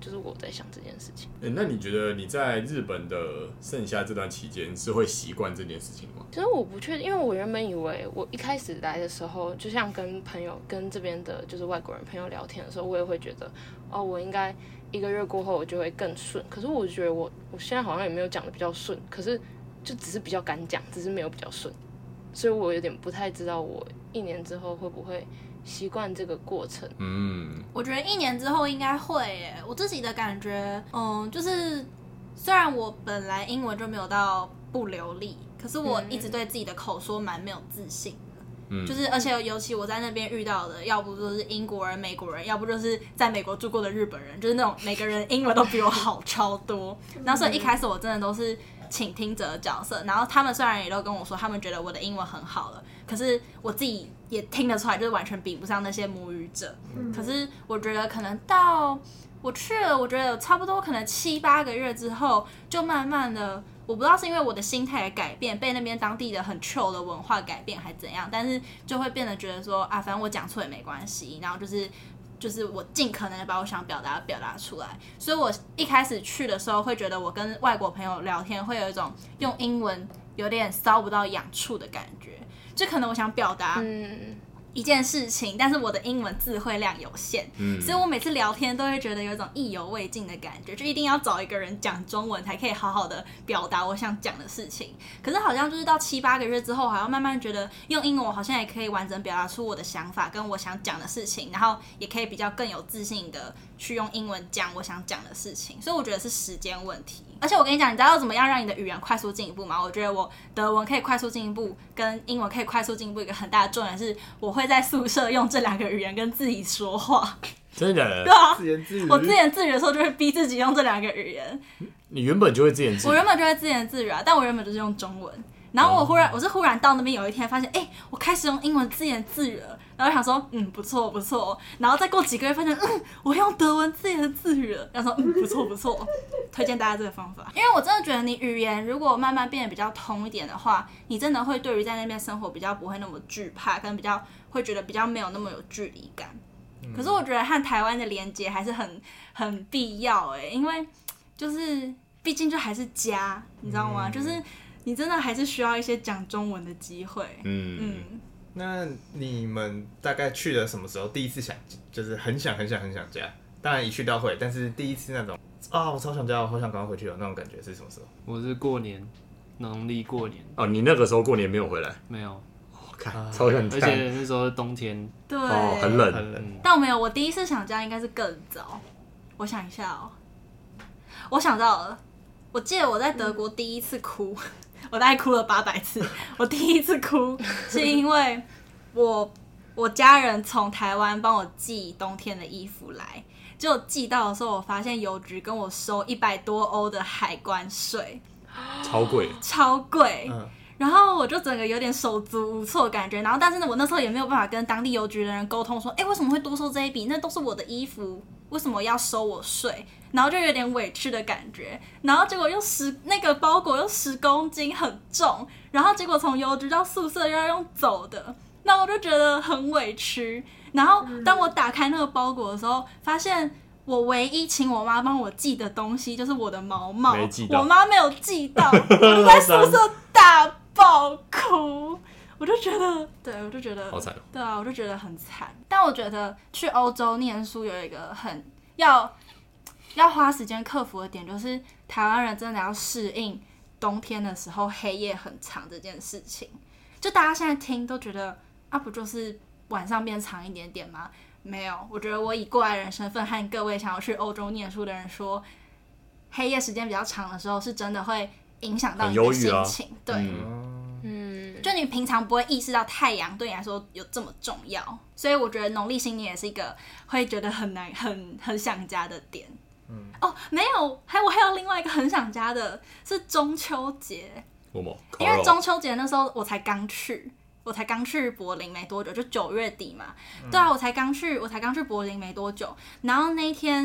D: 就是我在想这件事情。
C: 欸，那你觉得你在日本的剩下这段期间是会习惯这件事情吗？
D: 其实我不确定，因为我原本以为我一开始来的时候，就像跟朋友、跟这边的就是外国人朋友聊天的时候，我也会觉得，哦，我应该一个月过后我就会更顺。可是我觉得我我现在好像也没有讲的比较顺，可是就只是比较敢讲，只是没有比较顺，所以我有点不太知道我一年之后会不会习惯这个过程。
C: 嗯，
B: 我觉得一年之后应该会耶。我自己的感觉，嗯，就是虽然我本来英文就没有到不流利，可是我一直对自己的口说蛮没有自信的。嗯，就是而且尤其我在那边遇到的，要不就是英国人、美国人，要不就是在美国住过的日本人，就是那种每个人英文都比我好超多。然后所以一开始我真的都是倾听者的角色，然后他们虽然也都跟我说他们觉得我的英文很好了，可是我自己也听得出来，就是完全比不上那些母语者。嗯，可是我觉得可能到我去了，我觉得差不多可能七八个月之后，就慢慢的，我不知道是因为我的心态的改变，被那边当地的很 chill 的文化改变，还怎样，但是就会变得觉得说啊，反正我讲错也没关系，然后就是就是我尽可能的把我想表达表达出来。所以我一开始去的时候，会觉得我跟外国朋友聊天会有一种用英文有点搔不到痒处的感觉，就可能我想表达
D: 嗯
B: 一件事情，但是我的英文词汇量有限，嗯，所以我每次聊天都会觉得有一种意犹未尽的感觉，就一定要找一个人讲中文才可以好好的表达我想讲的事情。可是好像就是到七八个月之后，好像慢慢觉得用英文我好像也可以完整表达出我的想法跟我想讲的事情，然后也可以比较更有自信的去用英文讲我想讲的事情。所以我觉得是时间问题。而且我跟你讲，你知道要怎么样让你的语言快速进一步吗？我觉得我德文可以快速进一步，跟英文可以快速进一步，一个很大的重点是我会在宿舍用这两个语言跟自己说话。
C: 真的假的？
B: 对啊，
A: 自言自语。
B: 我自言自语的时候就会逼自己用这两个语言。
C: 你原本就会自言自语？
B: 我原本就会自言自语啊，但我原本就是用中文。然后我忽然，我是忽然到那边有一天发现，哎、欸，我开始用英文自言自语了。然后想说，嗯，不错不错。然后再过几个月发现，嗯，我用德文自言自语了。然后说，嗯，不错不错，推荐大家这个方法。因为我真的觉得，你语言如果慢慢变得比较通一点的话，你真的会对于在那边生活比较不会那么惧怕，跟比较会觉得比较没有那么有距离感。嗯、可是我觉得和台湾的连接还是很很必要哎、欸，因为就是毕竟就还是家，你知道吗？嗯、就是你真的还是需要一些讲中文的机会。嗯
A: 嗯。那你们大概去了什么时候？第一次想，就是很想很想很想家。当然一去到会，但是第一次那种啊，我超想家，我好想赶快回去的那种感觉是什么时候？
F: 我是过年，农历过年。
C: 哦，你那个时候过年没有回来？
F: 没有。
C: 哦，看，超想家。
F: 而且那时候是冬天，
B: 对，
C: 哦，很冷，
A: 很冷。
B: 但我没有，我第一次想家应该是更早。我想一下哦，我想到了，我记得我在德国第一次哭。我大概哭了八百次。我第一次哭是因为我我家人从台湾帮我寄冬天的衣服来，结果寄到的时候，我发现邮局跟我收一百多欧的海关税，
C: 超贵，
B: 超贵。
A: 嗯，
B: 然后我就整个有点手足无措的感觉，然后但是呢，我那时候也没有办法跟当地邮局的人沟通说，哎，为什么会多收这一笔？那都是我的衣服，为什么要收我税？然后就有点委屈的感觉，然后结果又十那个包裹又十公斤很重，然后结果从邮局到宿舍又要用走的，那我就觉得很委屈。然后当我打开那个包裹的时候，发现我唯一请我妈帮我寄的东西就是我的毛毛，
C: 没寄到，
B: 我妈没有寄到，我就在宿舍大爆哭。我就觉得，对，我就觉得
C: 好惨，
B: 对啊，我就觉得很惨。但我觉得去欧洲念书有一个很要要花时间克服的点，就是台湾人真的要适应冬天的时候黑夜很长这件事情。就大家现在听都觉得啊，不就是晚上变长一点点吗？没有，我觉得我以过来人身份和各位想要去欧洲念书的人说，黑夜时间比较长的时候，是真的会影响到你的心情。啊、对，嗯，就你平常不会意识到太阳对你来说有这么重要，所以我觉得农历新年也是一个会觉得很难、很很想家的点。嗯，哦，没有，还我还有另外一个很想家的是中秋节。因为中秋节那时候我才刚去，我才刚去柏林没多久，就九月底嘛。嗯、对啊，我才刚去，我才刚去柏林没多久。然后那一天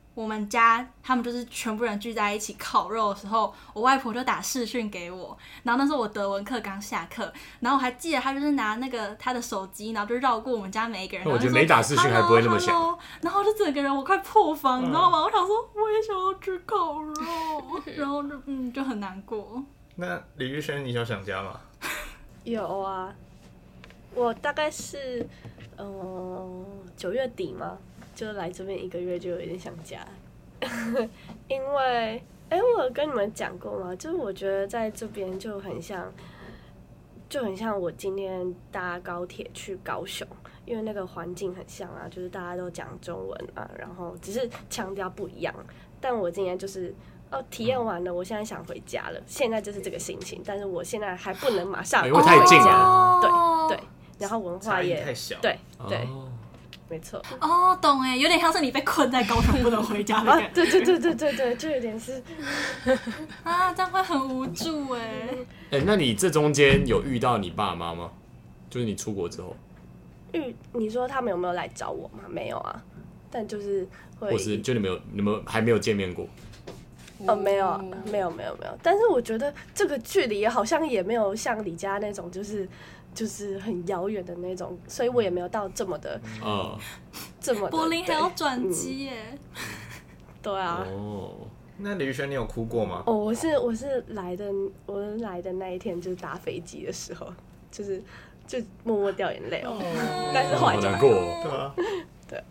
B: 我们家他们就是全部人聚在一起烤肉的时候，我外婆就打视讯给我，然后那时候我德文课刚下课，然后我还记得她就是拿那个她的手机，然后就绕过我们家每一个人。
C: 我觉得没打视讯还不会那么想。
B: Hello, Hello, 然后就整个人我快破防，你知道吗？我想说我也想要吃烤肉，然后就嗯就很难过。
A: 那李玉轩，你有想家吗？有
E: 啊，我大概是呃九月底嘛。就来这边一个月就有点想家，因为哎、欸，我有跟你们讲过吗？就是我觉得在这边就很像，就很像我今天搭高铁去高雄，因为那个环境很像啊，就是大家都讲中文啊，然后只是腔调不一样。但我今天就是哦，体验完了，我现在想回家了，现在就是这个心情，但是我现在还不能马上回家，
C: 因为太近了，
E: 对对，然后文化也
A: 太小，
E: 对对。
C: 哦
E: 没错
B: 哦，懂哎，有点像是你被困在高雄不能回家的感觉。
E: 啊、对对对对对对，就有点是
B: 啊，这样会很无助哎。
C: 哎、欸，那你这中间有遇到你爸妈吗？就是你出国之后，
E: 遇你说他们有没有来找我吗？没有啊，但就是会，
C: 或是就你们有你们还没有见面过？
E: 哦，没有没有没有没有，但是我觉得这个距离好像也没有像李家那种就是。就是很遥远的那种，所以我也没有到这么的，
C: 嗯，
E: 这么的。
B: 柏林还要转机耶、嗯。
E: 对啊。
A: 哦，那李宇轩，你有哭过吗？
E: 哦，我是我是来的，我来的那一天就是搭飞机的时候，就是就默默掉眼泪哦。哦但是后来就
C: 好难过、哦。
E: 对啊。对。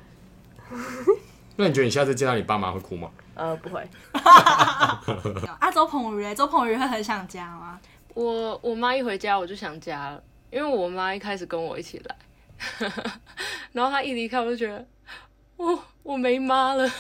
C: 那你觉得你下次见到你爸妈会哭吗？
E: 呃，不会。
B: 啊，周鹏宇，周鹏宇会很想家吗？
D: 我我妈一回家我就想家了，因为我妈一开始跟我一起来，然后她一离开我就觉得，我我没妈了。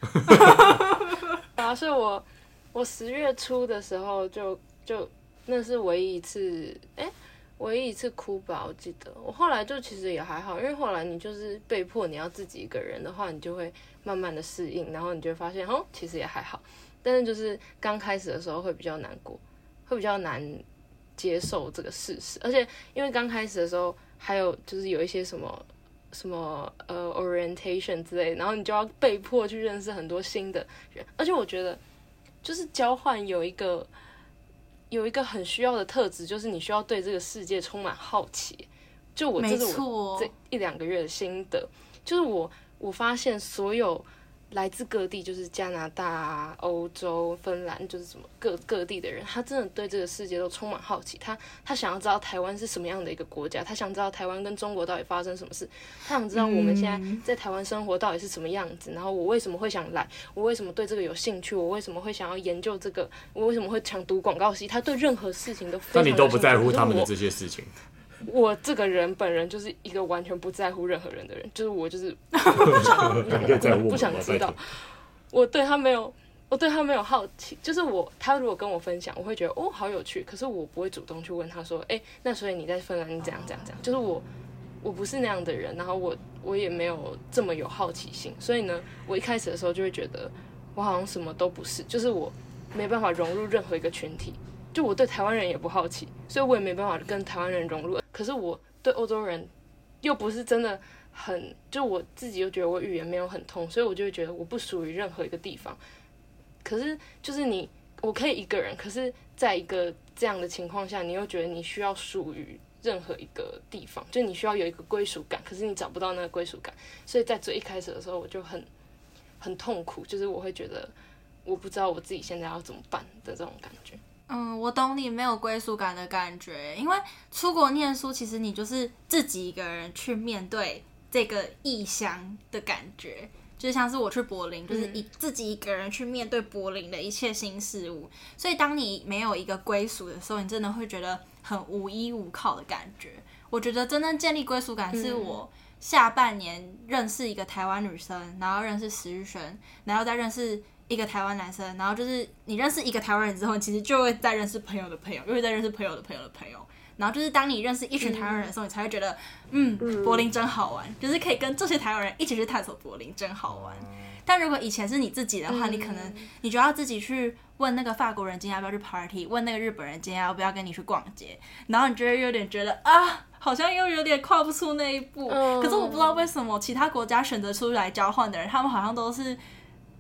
D: 啊，所以我我十月初的时候就就那是唯一一次，哎、欸，唯一一次哭吧，我记得。我后来就其实也还好，因为后来你就是被迫你要自己一个人的话，你就会慢慢的适应，然后你就会发现，哦，其实也还好。但是就是刚开始的时候会比较难过。会比较难接受这个事实，而且因为刚开始的时候还有就是有一些什么什么呃 orientation 之类的，然后你就要被迫去认识很多新的人，而且我觉得就是交换有一个有一个很需要的特质，就是你需要对这个世界充满好奇。就我这是我这一两个月的心得，就是我我发现所有。来自各地，就是加拿大啊、欧洲、芬兰，就是什么各各地的人，他真的对这个世界都充满好奇。他他想要知道台湾是什么样的一个国家，他想知道台湾跟中国到底发生什么事，他想知道我们现在在台湾生活到底是什么样子，然后我为什么会想来，我为什么对这个有兴趣，我为什么会想要研究这个，我为什么会想读广告系。他对任何事情都非常有兴趣。
C: 但你都不在乎他们的这些事情。
D: 我这个人本人就是一个完全不在乎任何人的人，就是我就是不想不想知道，我对他没有，我对他没有好奇，就是我他如果跟我分享，我会觉得哦好有趣，可是我不会主动去问他说，哎、欸，那所以你在芬兰你怎样怎样怎样，就是我我不是那样的人，然后我我也没有这么有好奇心，所以呢，我一开始的时候就会觉得我好像什么都不是，就是我没办法融入任何一个群体。就我对台湾人也不好奇，所以我也没办法跟台湾人融入。可是我对欧洲人又不是真的很，就我自己又觉得我语言没有很通，所以我就会觉得我不属于任何一个地方。可是就是你，我可以一个人，可是在一个这样的情况下，你又觉得你需要属于任何一个地方，就你需要有一个归属感，可是你找不到那个归属感，所以在最一开始的时候我就很很痛苦，就是我会觉得我不知道我自己现在要怎么办的这种感觉。
B: 嗯，我懂你没有归属感的感觉，因为出国念书，其实你就是自己一个人去面对这个异乡的感觉，就像是我去柏林，就是一、嗯、自己一个人去面对柏林的一切新事物，所以当你没有一个归属的时候，你真的会觉得很无依无靠的感觉。我觉得真正建立归属感是我下半年认识一个台湾女生，然后认识石玉轩，然后再认识一个台湾男生，然后就是你认识一个台湾人之后，你其实就会再认识朋友的朋友，又会再认识朋友的朋友的朋友，然后就是当你认识一群台湾人的时候，嗯、你才会觉得，嗯，柏林真好玩，就是可以跟这些台湾人一起去探索柏林，真好玩。但如果以前是你自己的话，嗯、你可能你就要自己去问那个法国人今天要不要去 party， 问那个日本人今天要不要跟你去逛街，然后你就会有点觉得啊，好像又有点跨不出那一步。嗯、可是我不知道为什么其他国家选择出来交换的人，他们好像都是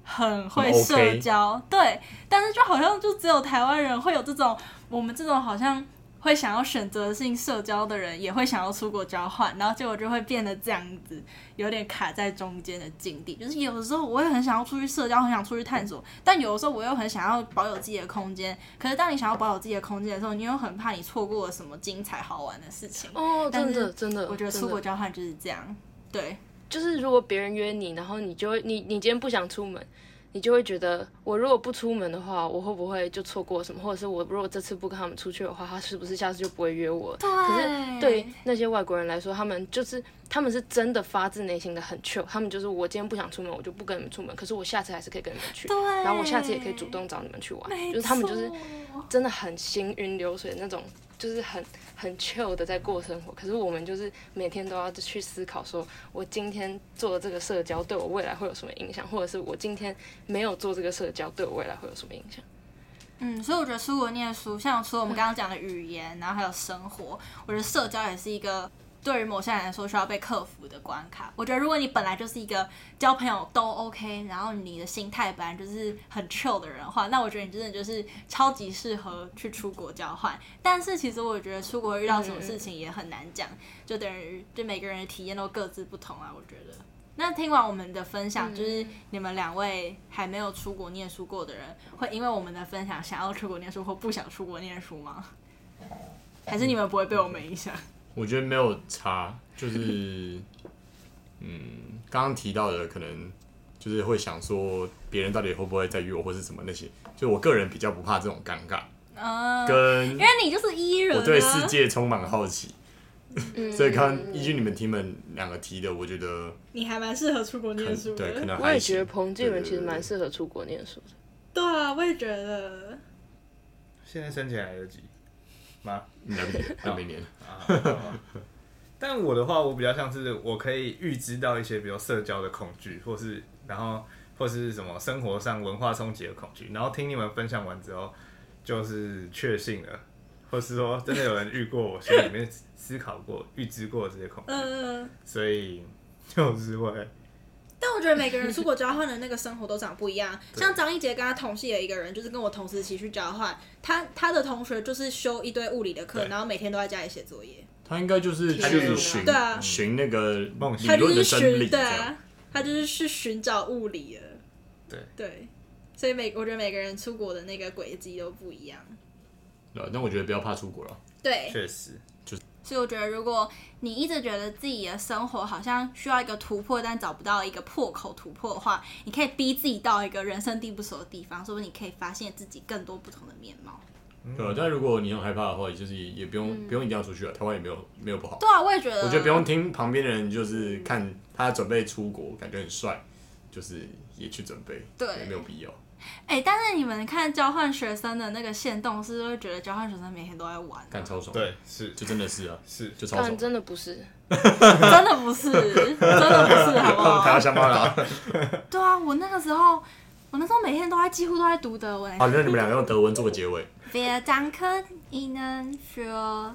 B: 很会社交，
C: OK
B: 对，但是就好像就只有台湾人会有这种，我们这种好像会想要选择性社交的人，也会想要出国交换，然后结果就会变得这样子，有点卡在中间的境地。就是有的时候我也很想要出去社交，很想出去探索，但有的时候我又很想要保有自己的空间。可是当你想要保有自己的空间的时候，你又很怕你错过了什么精彩好玩的事情。
D: 哦，真
B: 但是
D: 的真的，
B: 我觉得
D: 真的
B: 出国交换就是这样，对。
D: 就是如果别人约你，然后你就会你你今天不想出门，你就会觉得我如果不出门的话，我会不会就错过什么？或者是我如果这次不跟他们出去的话，他是不是下次就不会约我？
B: 对。
D: 可是对那些外国人来说，他们就是他们是真的发自内心的很 chill， 他们就是我今天不想出门，我就不跟你们出门，可是我下次还是可以跟你们去，
B: 对，
D: 然后我下次也可以主动找你们去玩，就是他们就是真的很行云流水的那种。就是很很 chill 的在过生活，可是我们就是每天都要去思考，说我今天做的这个社交对我未来会有什么影响，或者是我今天没有做这个社交对我未来会有什么影响。
B: 嗯，所以我觉得出国念书，像除了我们刚刚讲的语言，然后还有生活，我觉得社交也是一个对于某些人来说需要被克服的关卡。我觉得如果你本来就是一个交朋友都 OK， 然后你的心态本来就是很 chill 的人的话，那我觉得你真的就是超级适合去出国交换。但是其实我觉得出国遇到什么事情也很难讲，就等于就每个人的体验都各自不同啊。我觉得。那听完我们的分享，就是你们两位还没有出国念书过的人，会因为我们的分享想要出国念书或不想出国念书吗？还是你们不会被我们影响？
C: 我觉得没有差，就是嗯，刚刚提到的可能就是会想说别人到底会不会再约我或是什么那些，就我个人比较不怕这种尴尬，
B: 嗯，
C: 跟
B: 因为你就是 E 人、啊，
C: 我对世界充满好奇，
D: 嗯、
C: 所以刚依据你们提们两个提的，我觉得
B: 你还蛮适合出国念书的，
C: 对，可能还
D: 我也觉得彭静人其实蛮适合出国念书的。
B: 对啊，我也觉得。
A: 现在申请来得及吗？
C: 来不及，还没年。
A: 但我的话，我比较像是我可以预知到一些，比如社交的恐惧，或是然后或是什么生活上文化冲击的恐惧，然后听你们分享完之后，就是确信了，或是说真的有人遇过我心里面思考过、预知过这些恐惧，
B: 嗯，
A: 所以就是会。
B: 但我觉得每个人出国交换的那个生活都长不一样。像张一杰跟他同系的一个人，就是跟我同时期去交换，他他的同学就是修一堆物理的课，然后每天都在家里写作业。
C: 他应该就是他就是寻
B: 对啊
C: 寻那个理
B: 他就
C: 论的
B: 是
C: 真理，
B: 寻对啊，他就是去寻找物理了。
A: 对
B: 对，所以每我觉得每个人出国的那个轨迹都不一样。
C: 对，但我觉得不要怕出国了。
B: 对，
A: 确实。
B: 所以我觉得，如果你一直觉得自己的生活好像需要一个突破，但找不到一个破口突破的话，你可以逼自己到一个人生地不熟的地方，说不定你可以发现自己更多不同的面貌。
C: 对啊，但如果你很害怕的话，就是也不用、嗯、不用一定要出去啊，台湾也没有没有不好。
B: 对啊，我也觉得。
C: 我觉得不用听旁边的人，就是看他准备出国，感觉很帅，就是也去准备，
B: 对，
C: 也没有必要。
B: 哎、欸，但是你们看交换学生的那个限动，是不是会觉得交换学生每天都在玩、啊？
C: 干超爽，
A: 对，是，
C: 就真的是啊，
A: 是，
C: 就超爽。
D: 真的不是，
B: 真的不是，真的不是，好不好？
C: 他要想办法。
B: 对啊，我那个时候，我那时候每天都在，几乎都在读德文。
C: 好，那你们两个用德文做个结尾。
B: Wir danken Ihnen für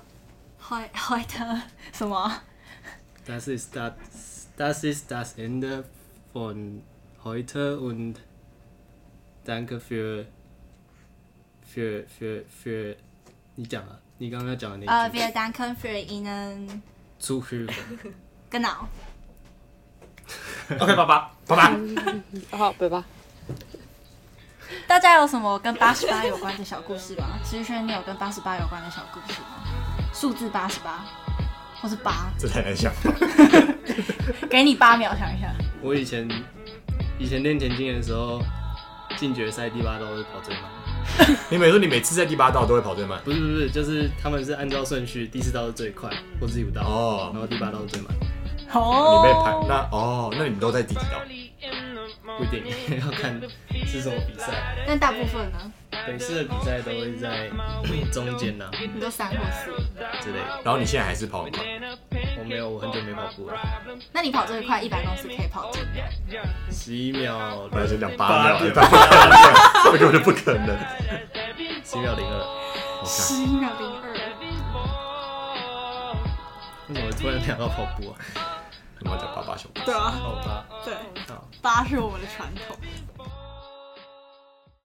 B: heute 什么
F: ？Das ist das, das ist das Ende von heute und Danke für für für für 你讲啊，你刚刚讲的那句。
B: 呃、uh, Wir danken für Ihnen
F: Zuhören。
B: genau。
C: OK， 爸爸，爸爸。
D: 好，拜拜。
B: 大家有什么跟八十八有关的小故事吗？其实轩，你有跟八十八有关的小故事吗？数字八十八，或是八？
C: 这太难想了。
B: 给你八秒想一下。
F: 我以前以前练田径的时候。进决赛第八道是跑最慢。
C: 你每说你每次在第八道都会跑最慢？
F: 不是不是，就是他们是按照顺序，第四道是最快，或是第五道，哦，然后第八道是最慢。
B: 哦，
C: 你被排那哦，那你们都在第几道？
F: 不一定，要看是什么比赛。
B: 但大部分呢？
F: 北市的比赛都会在中间呐、啊，
B: 你都三或四
F: 之类的。
C: 然后你现在还是跑很快？
F: 我没有，我很久没跑步了。
B: 那你跑最快一百公尺可以跑几秒？
F: 十一秒。
C: 本来是讲八秒，这根本就不可能。
F: 十一秒零二。
B: 十一秒零二。
F: 为什么突然聊到跑步啊？
C: 我们要讲八八小。
B: 对啊。
F: 哦八。
B: 对。八是我们的传统。